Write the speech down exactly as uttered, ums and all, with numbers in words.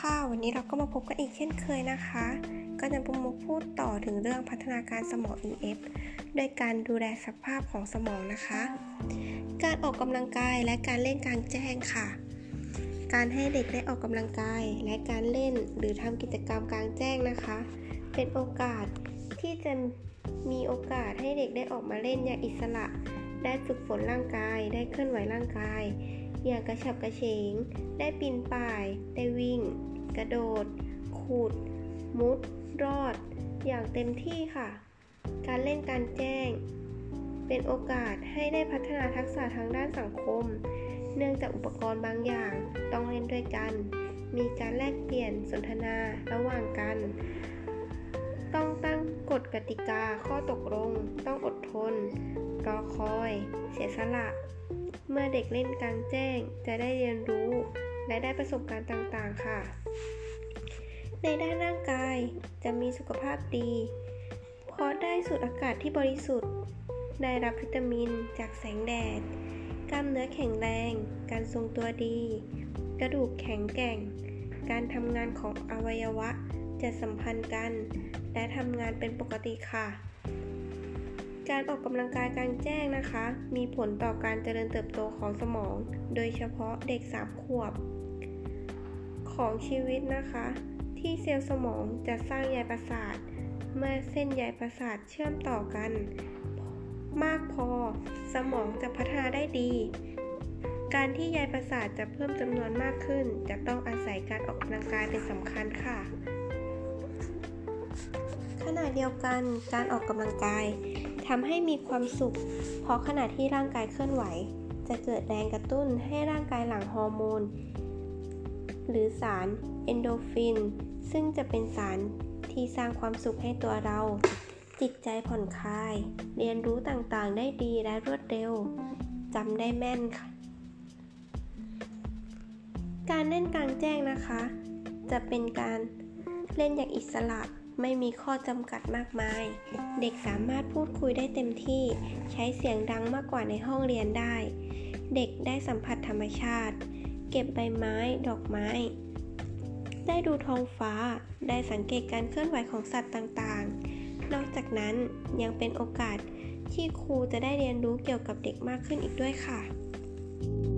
ค่ะวันนี้เราก็มาพบกันอีกเช่นเคยนะคะก็จะมาพูดต่อถึงเรื่องพัฒนาการสมอง อี เอฟ โดยการดูแลสภาพของสมองนะคะการออกกำลังกายและการเล่นกลางแจ้งค่ะการให้เด็กได้ออกกำลังกายและการเล่นหรือทำกิจกรรมกลางแจ้งนะคะเป็นโอกาสที่จะมีโอกาสให้เด็กได้ออกมาเล่นอย่างอิสระได้ฝึกฝนร่างกายได้เคลื่อนไหวร่างกายอย่างกระฉับกระเฉงได้ปีนป่ายได้วิ่งกระโดดขูดมุดรอดอย่างเต็มที่ค่ะการเล่นกลางแจ้งเป็นโอกาสให้ได้พัฒนาทักษะทางด้านสังคมเนื่องจากอุปกรณ์บางอย่างต้องเล่นด้วยกันมีการแลกเปลี่ยนสนทนาระหว่างกันต้องตั้งกฎกติกาข้อตกลงต้องอดทนรอคอยเสียสละเมื่อเด็กเล่นกลางแจ้งจะได้เรียนรู้และได้ประสบการณ์ต่างๆค่ะในด้านร่างกายจะมีสุขภาพดีเพราะได้สูดอากาศที่บริสุทธิ์ได้รับวิตามินจากแสงแดดกล้ามเนื้อแข็งแรงการทรงตัวดีกระดูกแข็งแกร่งการทำงานของอวัยวะจะสัมพันธ์กันและทำงานเป็นปกติค่ะการออกกำลังกายกลางแจ้งนะคะมีผลต่อการเจริญเติบโตของสมองโดยเฉพาะเด็กสามขวบของชีวิตนะคะที่เซลล์สมองจะสร้างใยประสาทเมื่อเส้นใยประสาทเชื่อมต่อกันมากพอสมองจะพัฒนาได้ดีการที่ใยประสาทจะเพิ่มจำนวนมากขึ้นจะต้องอาศัยการออกกำลังกายเป็นสำคัญค่ะขณะเดียวกันการออกกำลังกายทำให้มีความสุขเพราะขณะที่ร่างกายเคลื่อนไหวจะเกิดแรงกระตุ้นให้ร่างกายหลั่งฮอร์โมนหรือสารเอนโดรฟินซึ่งจะเป็นสารที่สร้างความสุขให้ตัวเราจิตใจผ่อนคลายเรียนรู้ต่างๆได้ดีและรวดเร็วจำได้แม่นค่ะการเล่นกลางแจ้งนะคะจะเป็นการเล่นอย่างอิสระไม่มีข้อจำกัดมากมายเด็กสามารถพูดคุยได้เต็มที่ใช้เสียงดังมากกว่าในห้องเรียนได้เด็กได้สัมผัสธรรมชาติเก็บใบไม้ดอกไม้ได้ดูท้องฟ้าได้สังเกตการเคลื่อนไหวของสัตว์ต่างๆนอกจากนั้นยังเป็นโอกาสที่ครูจะได้เรียนรู้เกี่ยวกับเด็กมากขึ้นอีกด้วยค่ะ